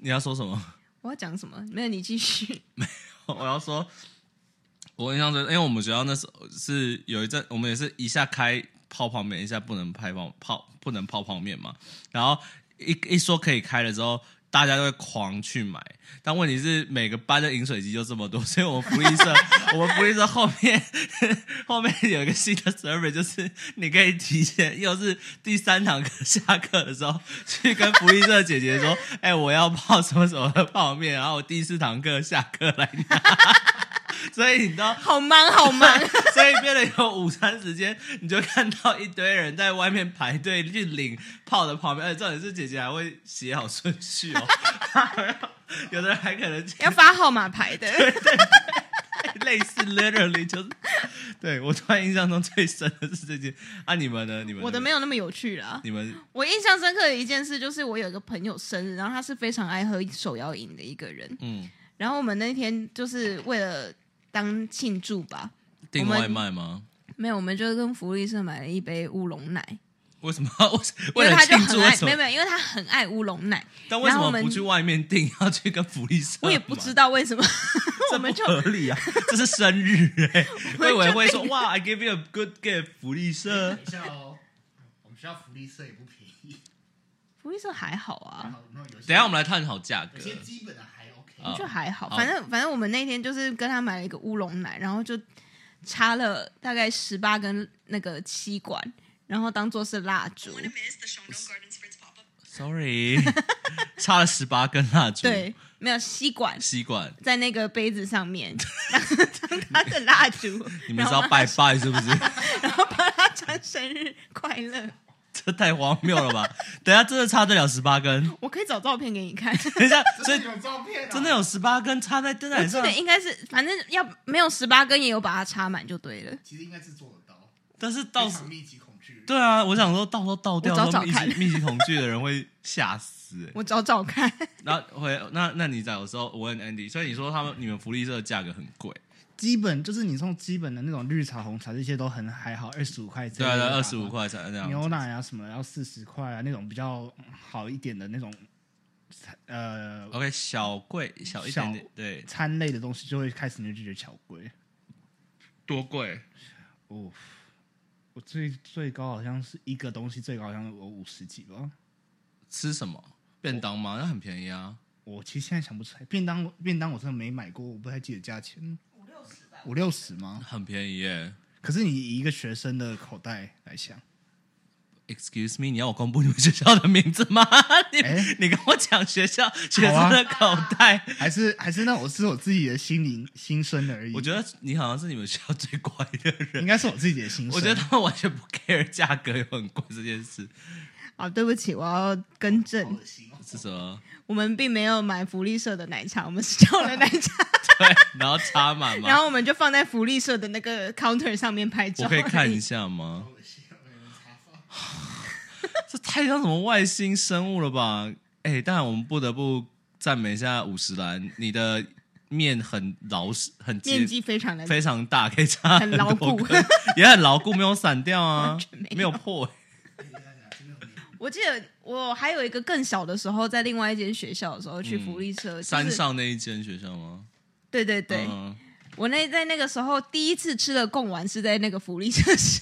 你要说什么？ 我要讲什么？没有，你继续。 没有，我要说，我印象中，因为我们学校那时候是有一阵，我们也是一下开泡泡面，一下不能拍泡泡，不能泡泡面嘛。然后一一说可以开了之后，大家都会狂去买。但问题是，每个班的饮水机就这么多，所以我们福利社，我们福利社后面后面有一个新的 service， 就是你可以提前，又是第三堂课下课的时候，去跟福利社姐姐说：“哎、欸，我要泡什么什么的泡面。”然后我第四堂课下课来拿。所以你知道， 好忙好忙， 所以变得有午餐时间，你就看到一堆人在外面排队去领泡的泡面，而且重点是姐姐还会写好顺序哦，有的人还可能要发号码牌的， 对对对，类似 literally 就是，对我突然印象中最深的是这件啊，你们呢？你们我的没有那么有趣啦。 你们我印象深刻的一件事就是我有一个朋友生日，然后他是非常爱喝手摇饮的一个人，嗯，然后我们那天就是为了当庆祝吧， 订外卖吗？ 没有，我们就跟福利社买了一杯乌龙奶。 为什么？ 为了庆祝？ 没有没有，因为他很爱乌龙奶。 但为什么不去外面订，要去跟福利社？ 我也不知道为什么。 这不合理啊！这是生日哎、欸，我以为会说哇 ，I give you a good gift， 福利社。 等一下哦，我们学校福利社也不便宜。 福利社还好啊。 等一下我们来探讨价格。 有些基本的还 OK， 我觉得还好。反正反正我们那天就是跟他买了一个乌龙奶，然后就插了大概十八根那个吸管。然后当做是蜡烛 ，sorry， 插了十八根蜡烛， 对，没有吸管， 吸管在那个杯子上面当他的蜡烛， 你们是要拜拜是不是？ 然后帮他唱生日快乐， 这太荒谬了吧！等一下真的插得了十八根？ 我可以找照片给你看。 等一下，所以有照片、啊， 真的有十八根插在灯台上？ 我记得应该是，反正要没有十八根也有把它插满就对了。 其实应该是做得到， 但是到时密集恐惧。 对啊，我想说到时候倒掉， 找找看密集密集恐惧的人会吓死、欸。 我找找看。 然后回那那你在有时候我问 Andy， 所以你说他们你们福利社的价格很贵。 基本就是你从基本的那种绿茶、红茶这些都很还好，二十五块。 对对，二十五块才这样。 牛奶啊什么要四十块啊，那种比较好一点的那种，呃 ，OK， 小贵小一点点，对， 餐类的东西就会开始你就觉得巧贵。 多贵？ 哦，我最最高好像是一个东西最高好像有五十几吧。 吃什么？便当吗？那很便宜啊。 我其实现在想不出来，便当便当我真的没买过，我不太记得价钱。五六十吧？五六十吗？ 很便宜耶。 可是你以一个学生的口袋来想 ，Excuse me， 你要我公布你们学校的名字吗？你、欸、你跟我讲学校学生的口袋， 啊、还是还是那我是我自己的心灵心声而已。 我觉得你好像是你们学校最乖的人， 应该是我自己的心声。 我觉得他们完全不 care 价格有很贵这件事。 好，对不起，我要更正。 是什么？ 我们并没有买福利社的奶茶，我们是叫了奶茶。 对，然后插满嘛， 然后我们就放在福利社的那个 counter 上面拍照。 我可以看一下吗？这太像什么外星生物了吧？哎、欸，当然我们不得不赞美一下五十岚，你的面很牢实，很面积非常的非常大，可以插很牢固， 也很牢固，没有散掉啊， 没有, 没有破、欸。 我记得我还有一个更小的时候，在另外一间学校的时候去福利社，嗯就是、 山上那一间学校吗？ 对对对，嗯、我那在那个时候第一次吃的贡丸是在那个福利社吃。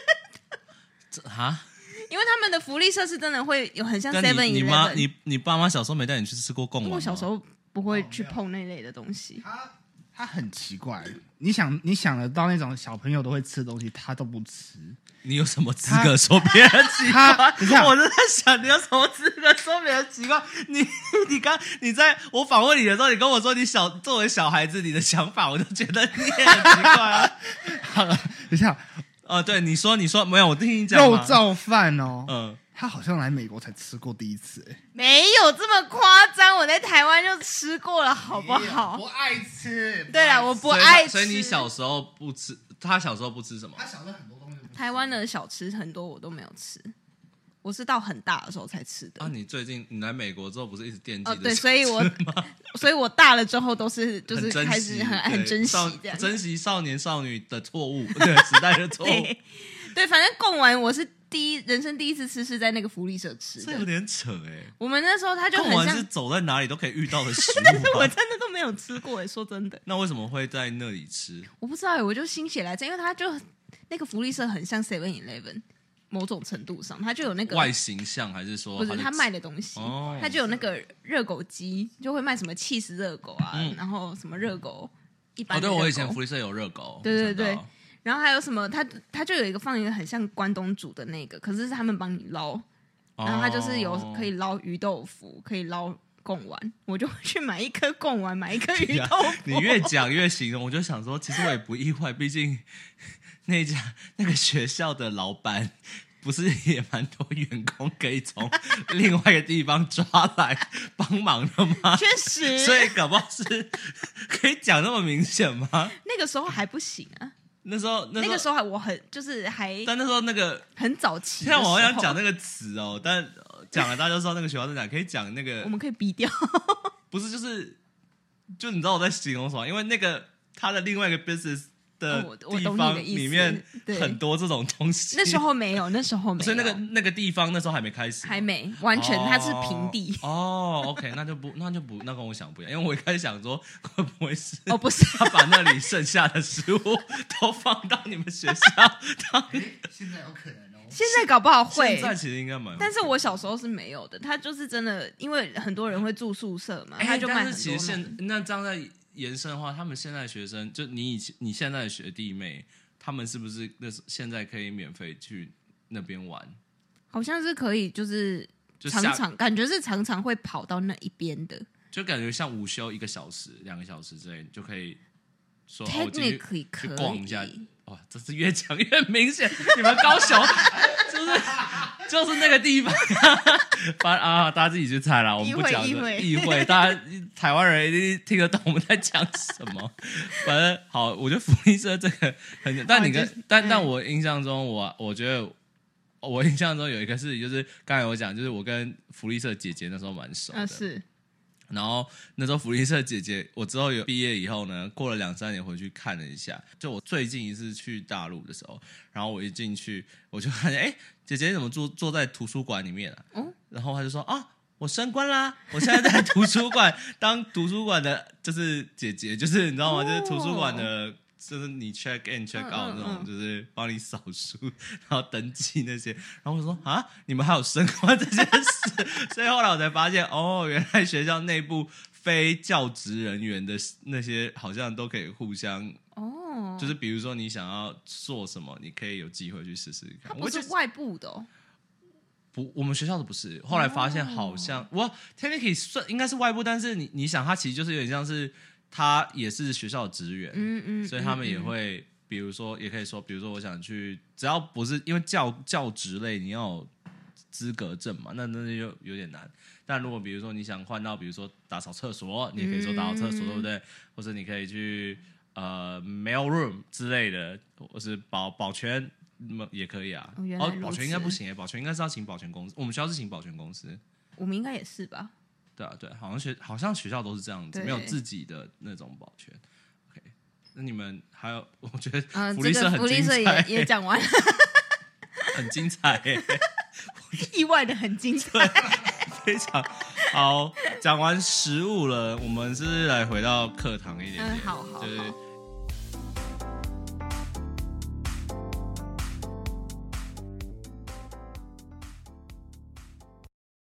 哈？ 因为他们的福利社是真的会有很像 seven eleven。 你妈、你你爸妈小时候没带你去吃过贡丸吗？ 我小时候不会去碰那类的东西。 他他很奇怪，你想你想得到那种小朋友都会吃的东西，他都不吃。 你有什么资格说别人奇怪？我就在想，你有什么资格说别人奇怪？你你刚你在我访问你的时候，你跟我说你小作为小孩子你的想法，我就觉得你也很奇怪啊。 好了，等一下， 哦，对，你说你说没有，我听你讲。 肉燥饭哦， 嗯， 他好像来美国才吃过第一次，哎， 没有这么夸张，我在台湾就吃过了，好不好？ 不爱吃。 对啊，我不爱吃。 所以你小时候不吃，他小时候不吃什么？ 他小时候很多东西。 台湾的小吃很多我都没有吃，我是到很大的时候才吃的。 啊，你最近你来美国之后不是一直惦记哦？对，所以我所以我大了之后都是就是开始很很珍惜这样， 珍惜少年少女的错误，对时代的错误。 对，对，反正贡丸我是第一人生第一次吃是在那个福利社吃的， 这有点扯哎、欸。 我们那时候他就很像是走在哪里都可以遇到的食物， 但是我真的都没有吃过哎，说真的。 那为什么会在那里吃？ 我不知道哎，我就心血来潮，因为他就那个福利社很像 Seven Eleven， 某种程度上，他就有那个外形象，还是说不是他卖的东西， 哦、 他就有那个热狗机，就会卖什么起司热狗啊，嗯、然后什么热狗。一般哦，对，我以前福利社有热狗， 对对对，然后还有什么？他他就有一个放一个很像关东煮的那个，可是是他们帮你捞，然后他就是有可以捞鱼豆腐，可以捞贡丸，我就去买一颗贡丸，买一颗鱼豆腐。 你越讲越形容，我就想说，其实我也不意外，毕竟那家那个学校的老板。不是也蛮多员工可以从另外一个地方抓来帮忙的吗？ 确实， 所以搞不好是可以讲那么明显吗？ 那个时候还不行啊。 那时候 那, 那个时候还我很就是还， 但那时候那个很早期。 现在我好想讲那个词哦，但讲了大家就知道那个学校在哪，可以讲那个， 我们可以逼掉。 不是，就是就你知道我在形容什么？因为那个他的另外一个 business。的地方里面很多这种东西， 那时候没有，那时候没有， 所以那个那个地方那时候还没开始， 还没完全，它是平地。 哦 ，OK， 那就不，那就不，那跟我想不一样，因为我一开始想说会不会是哦，不是， 他把那里剩下的食物都放到你们学校当， 现在有可能哦， 现在搞不好会， 现在其实应该蛮， 但是我小时候是没有的，他就是真的，因为很多人会住宿舍嘛，他就卖很多。 其实现那这样在。延伸的话，他们现在学生就你以前你现在的学弟妹，他们是不是那现在可以免费去那边玩？ 好像是可以，就是常常感觉是常常会跑到那一边的， 就感觉像午休一个小时、两个小时之类，就可以说 technically 可以去逛一下。哇，这是越讲越明显，你们高雄就是就是那个地方，反啊，大家自己去猜啦，我们不讲的议会，大家台湾人一定听得懂我们在讲什么。反正好，我觉得福利社这个很，但你跟、就是、但但我印象中，我我觉得我印象中有一个是，就是刚才我讲，就是我跟福利社姐姐那时候蛮熟的， 啊、是。 然后那时候福利社姐姐，我之后有毕业以后呢，过了两三年回去看了一下，就我最近一次去大陆的时候，然后我一进去，我就看见，哎，姐姐你怎么坐坐在图书馆里面啊？哦，然后他就说啊，我升官啦，我现在在图书馆当图书馆的，就是姐姐，就是你知道吗？就是图书馆的。就是你 check in check out 那种，嗯嗯嗯就是帮你扫书，然后登记那些。然后我说啊，你们还有升官这件事？所以后来我才发现，哦，原来学校内部非教职人员的那些好像都可以互相哦，就是比如说你想要做什么，你可以有机会去试试看。 它不是外部的哦。 不，我们学校的不是。后来发现好像，我 technically 算应该是外部，但是你你想，它其实就是有点像是。他也是学校的职员，嗯嗯，所以他们也会，嗯、比如说，也可以说，比如说，我想去，只要不是因为教教职类，你要有资格证嘛，那那就有点难。但如果比如说你想换到，比如说打扫厕所，你也可以说打扫厕所，嗯、对不对？或者你可以去呃 mail room 之类的，或是保保全，也可以啊。 哦，哦保全应该不行诶，保全应该是要请保全公司，我们学校是请保全公司， 我们应该也是吧。 对啊，对，好像学好像学校都是这样子，没有自己的那种保全。OK， 那你们还有，我觉得福利社很精彩， 呃这个、福利社也也讲完了， 很精彩耶， 意外的很精彩， 非常好。讲完食物了，我们是来回到课堂一点点， 嗯，好好好。 就是